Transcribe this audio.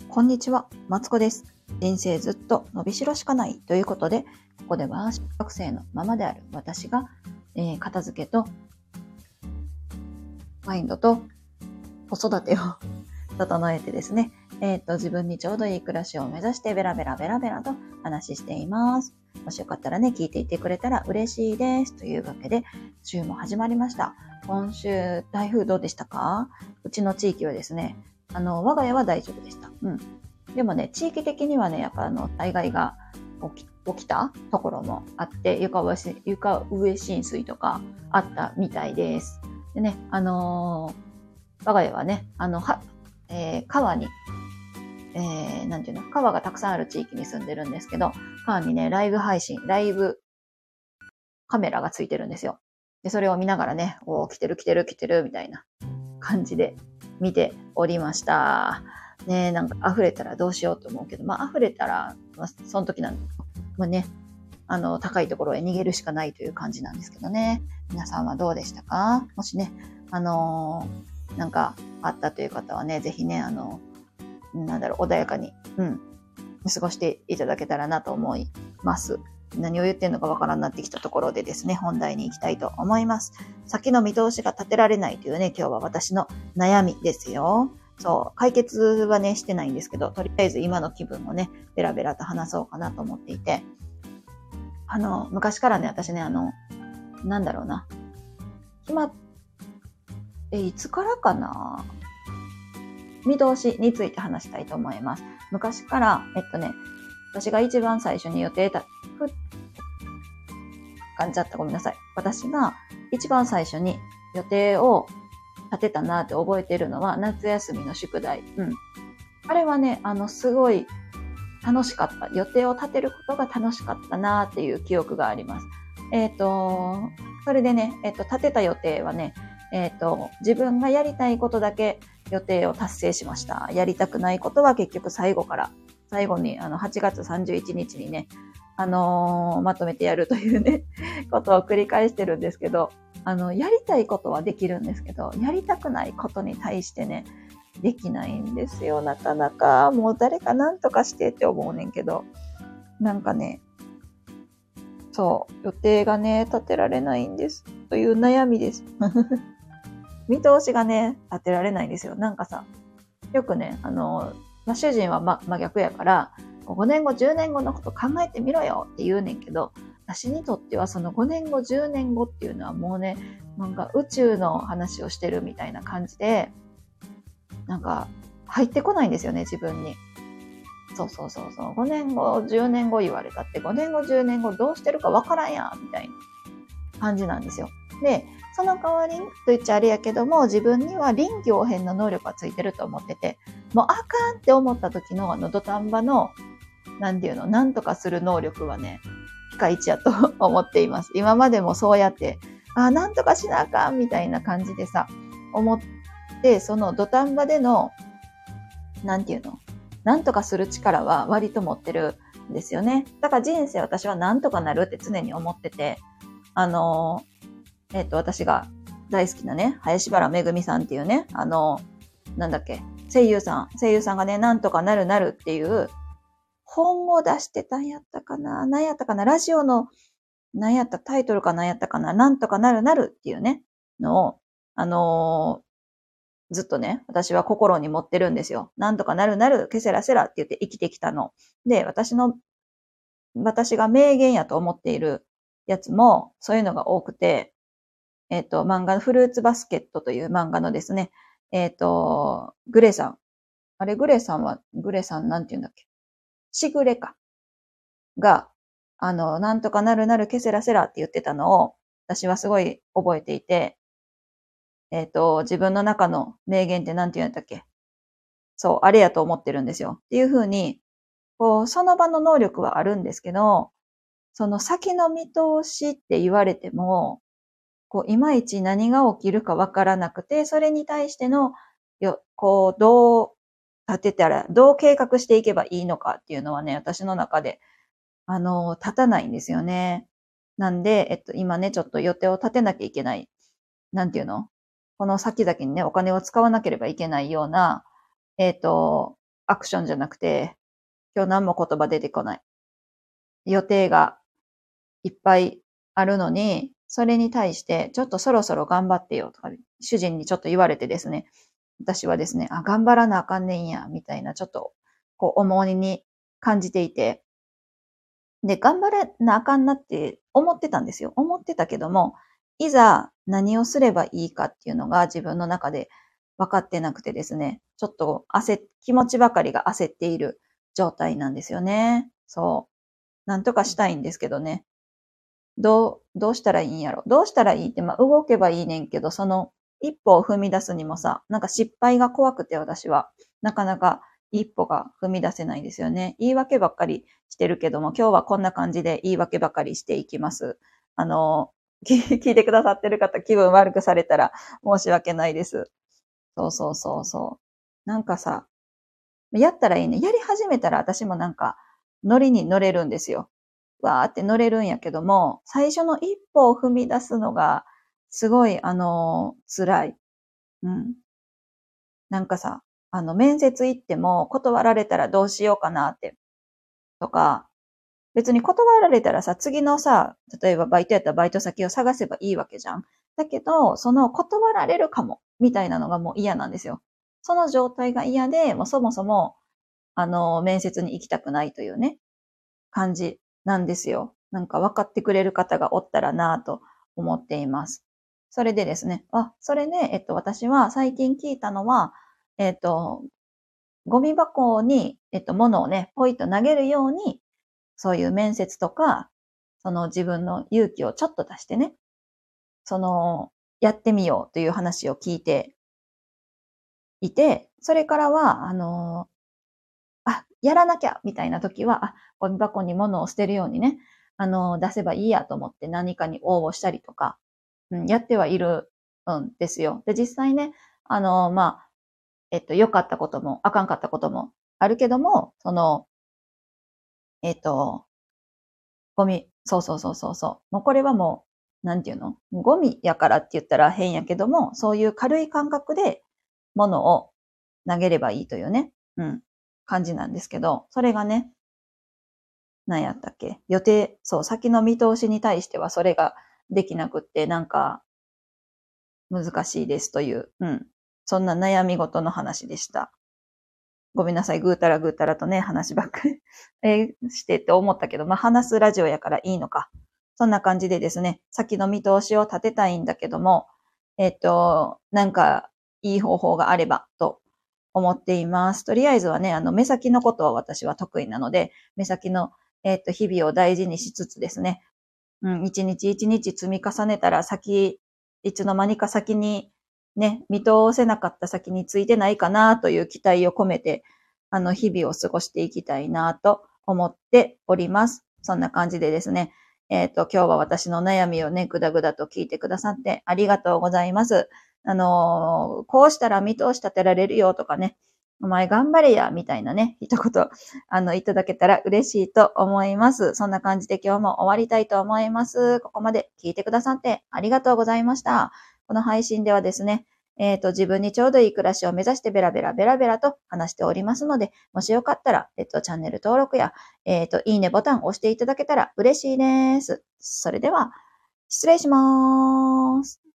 こんにちは、マツコです。人生ずっと伸びしろしかないということで、ここでは小学生のママである私が、片付けとマインドと子育てを整えてですね、自分にちょうどいい暮らしを目指してベラベラと話しています。もしよかったらね、聞いていてくれたら嬉しいです。というわけで、週も始まりました。今週、台風どうでしたか？うちの地域はですね、我が家は大丈夫でした。でもね、地域的にはね、やっぱ災害が起きたところもあって、床上浸水とかあったみたいです。でね、我が家はね、川に、川がたくさんある地域に住んでるんですけど、川にね、ライブカメラがついてるんですよ。で、それを見ながらね、来てるみたいな感じで見ておりました。ね、なんか溢れたらどうしようと思うけど、溢れたら、その時ね、高いところへ逃げるしかないという感じなんですけどね。皆さんはどうでしたか？もしね、なんかあったという方はね、ぜひね、穏やかに、過ごしていただけたらなと思います。何を言ってんのかわからんなってきたところでですね、本題に行きたいと思います。先の見通しが立てられないというね、今日は私の悩みですよ。そう、解決はね、してないんですけど、とりあえず今の気分をね、ベラベラと話そうかなと思っていて、昔からね、私ね、いつからかな、見通しについて話したいと思います。昔から、私が一番最初にごめんなさい。私が一番最初に予定を立てたなって覚えてるのは、夏休みの宿題。あれはね、すごい楽しかった。予定を立てることが楽しかったなっていう記憶があります。それでね、立てた予定はね、自分がやりたいことだけ予定を達成しました。やりたくないことは結局最後に8月31日にね、まとめてやるというね、ことを繰り返してるんですけど、やりたいことはできるんですけど、やりたくないことに対してね、できないんですよ、なかなか。もう誰か何とかしてって思うねんけど、なんかね、そう、予定がね、立てられないんです。という悩みです。見通しがね、立てられないんですよ。なんかさ、よくね、主人は真逆やから、5年後、10年後のこと考えてみろよって言うねんけど、私にとってはその5年後、10年後っていうのはもうね、なんか宇宙の話をしてるみたいな感じで、なんか入ってこないんですよね、自分に。そう。5年後、10年後言われたって5年後、10年後どうしてるかわからんやんみたいな感じなんですよ。で、その代わりにと言っちゃあれやけども、自分には臨機応変の能力がついてると思ってて、もうあかんって思った時の土壇場の、なんとかする能力はね、ピカイチやと思っています。今までもそうやって、なんとかしなあかんみたいな感じでさ、思って、その土壇場での、なんとかする力は割と持ってるんですよね。だから人生私はなんとかなるって常に思ってて、私が大好きなね、林原めぐみさんっていうね、声優さんがね、なんとかなるっていう本を出してたんやったかな、ラジオの、タイトルかなんやったかな、なんとかなるっていうね、のを、ずっとね、私は心に持ってるんですよ。なんとかなる、ケセラセラって言って生きてきたの。で、私が名言やと思っているやつも、そういうのが多くて、漫画フルーツバスケットという漫画のですね、グレさん。グレさんなんて言うんだっけ？しぐれか。が、なんとかなる、ケセラセラって言ってたのを、私はすごい覚えていて、自分の中の名言ってなんて言うんだっけ？そう、あれやと思ってるんですよ。っていう風に、その場の能力はあるんですけど、その先の見通しって言われても、いまいち何が起きるかわからなくて、それに対しての、どうどう計画していけばいいのかっていうのはね、私の中で、立たないんですよね。なんで、今ね、ちょっと予定を立てなきゃいけない。この先々にね、お金を使わなければいけないような、 アクションじゃなくて、今日何も言葉出てこない。予定がいっぱいあるのに、それに対して、ちょっとそろそろ頑張ってよとか、主人にちょっと言われてですね、私はですね、頑張らなあかんねんや、みたいな、ちょっと、重荷に感じていて、で、頑張らなあかんなって思ってたんですよ。思ってたけども、いざ何をすればいいかっていうのが自分の中で分かってなくてですね、ちょっと気持ちばかりが焦っている状態なんですよね。そう。なんとかしたいんですけどね。どうしたらいいんやろ。どうしたらいいって、動けばいいねんけど、その一歩を踏み出すにもさ、なんか失敗が怖くて私は、なかなか一歩が踏み出せないんですよね。言い訳ばっかりしてるけども、今日はこんな感じで言い訳ばかりしていきます。聞いてくださってる方、気分悪くされたら申し訳ないです。そうそうそうそう。なんかさ、やったらいいね。やり始めたら私もなんか、ノリに乗れるんですよ。わーって乗れるんやけども、最初の一歩を踏み出すのが、すごい、辛い。うん。なんかさ、面接行っても断られたらどうしようかなって、とか、別に断られたらさ、次のさ、例えばバイトやったらバイト先を探せばいいわけじゃん。だけど、その断られるかも、みたいなのがもう嫌なんですよ。その状態が嫌で、もうそもそも、面接に行きたくないというね、感じなんですよ。なんか分かってくれる方がおったらなぁと思っています。それでですね、それで、私は最近聞いたのは、えっと、ゴミ箱に、物をね、ポイッと投げるように、そういう面接とか、その自分の勇気をちょっと出してね、その、やってみようという話を聞いていて、それからは、やらなきゃみたいな時は、ゴミ箱に物を捨てるようにね、出せばいいやと思って何かに応募したりとか、やってはいるんですよ。で、実際ね、良かったことも、あかんかったこともあるけども、えっと、そうそうそうそうそう。もうこれはもう、なんていうのゴミやからって言ったら変やけども、そういう軽い感覚で物を投げればいいというね、感じなんですけど、それがね、何やったっけそう、先の見通しに対してはそれができなくって、なんか難しいですという、そんな悩み事の話でした。ごめんなさい、ぐうたらぐうたらとね、話ばっかりしてって思ったけど、話すラジオやからいいのか。そんな感じでですね、先の見通しを立てたいんだけども、なんかいい方法があればと思っています。とりあえずはね、目先のことは私は得意なので、目先の、日々を大事にしつつですね、一日一日積み重ねたらいつの間にか先にね、見通せなかった先についてないかなという期待を込めて、日々を過ごしていきたいなと思っております。そんな感じでですね、今日は私の悩みをね、ぐだぐだと聞いてくださってありがとうございます。こうしたら見通し立てられるよとかね、お前頑張れや、みたいなね、一言、いただけたら嬉しいと思います。そんな感じで今日も終わりたいと思います。ここまで聞いてくださってありがとうございました。この配信ではですね、自分にちょうどいい暮らしを目指してベラベラベラベラと話しておりますので、もしよかったら、チャンネル登録や、いいねボタンを押していただけたら嬉しいです。それでは、失礼します。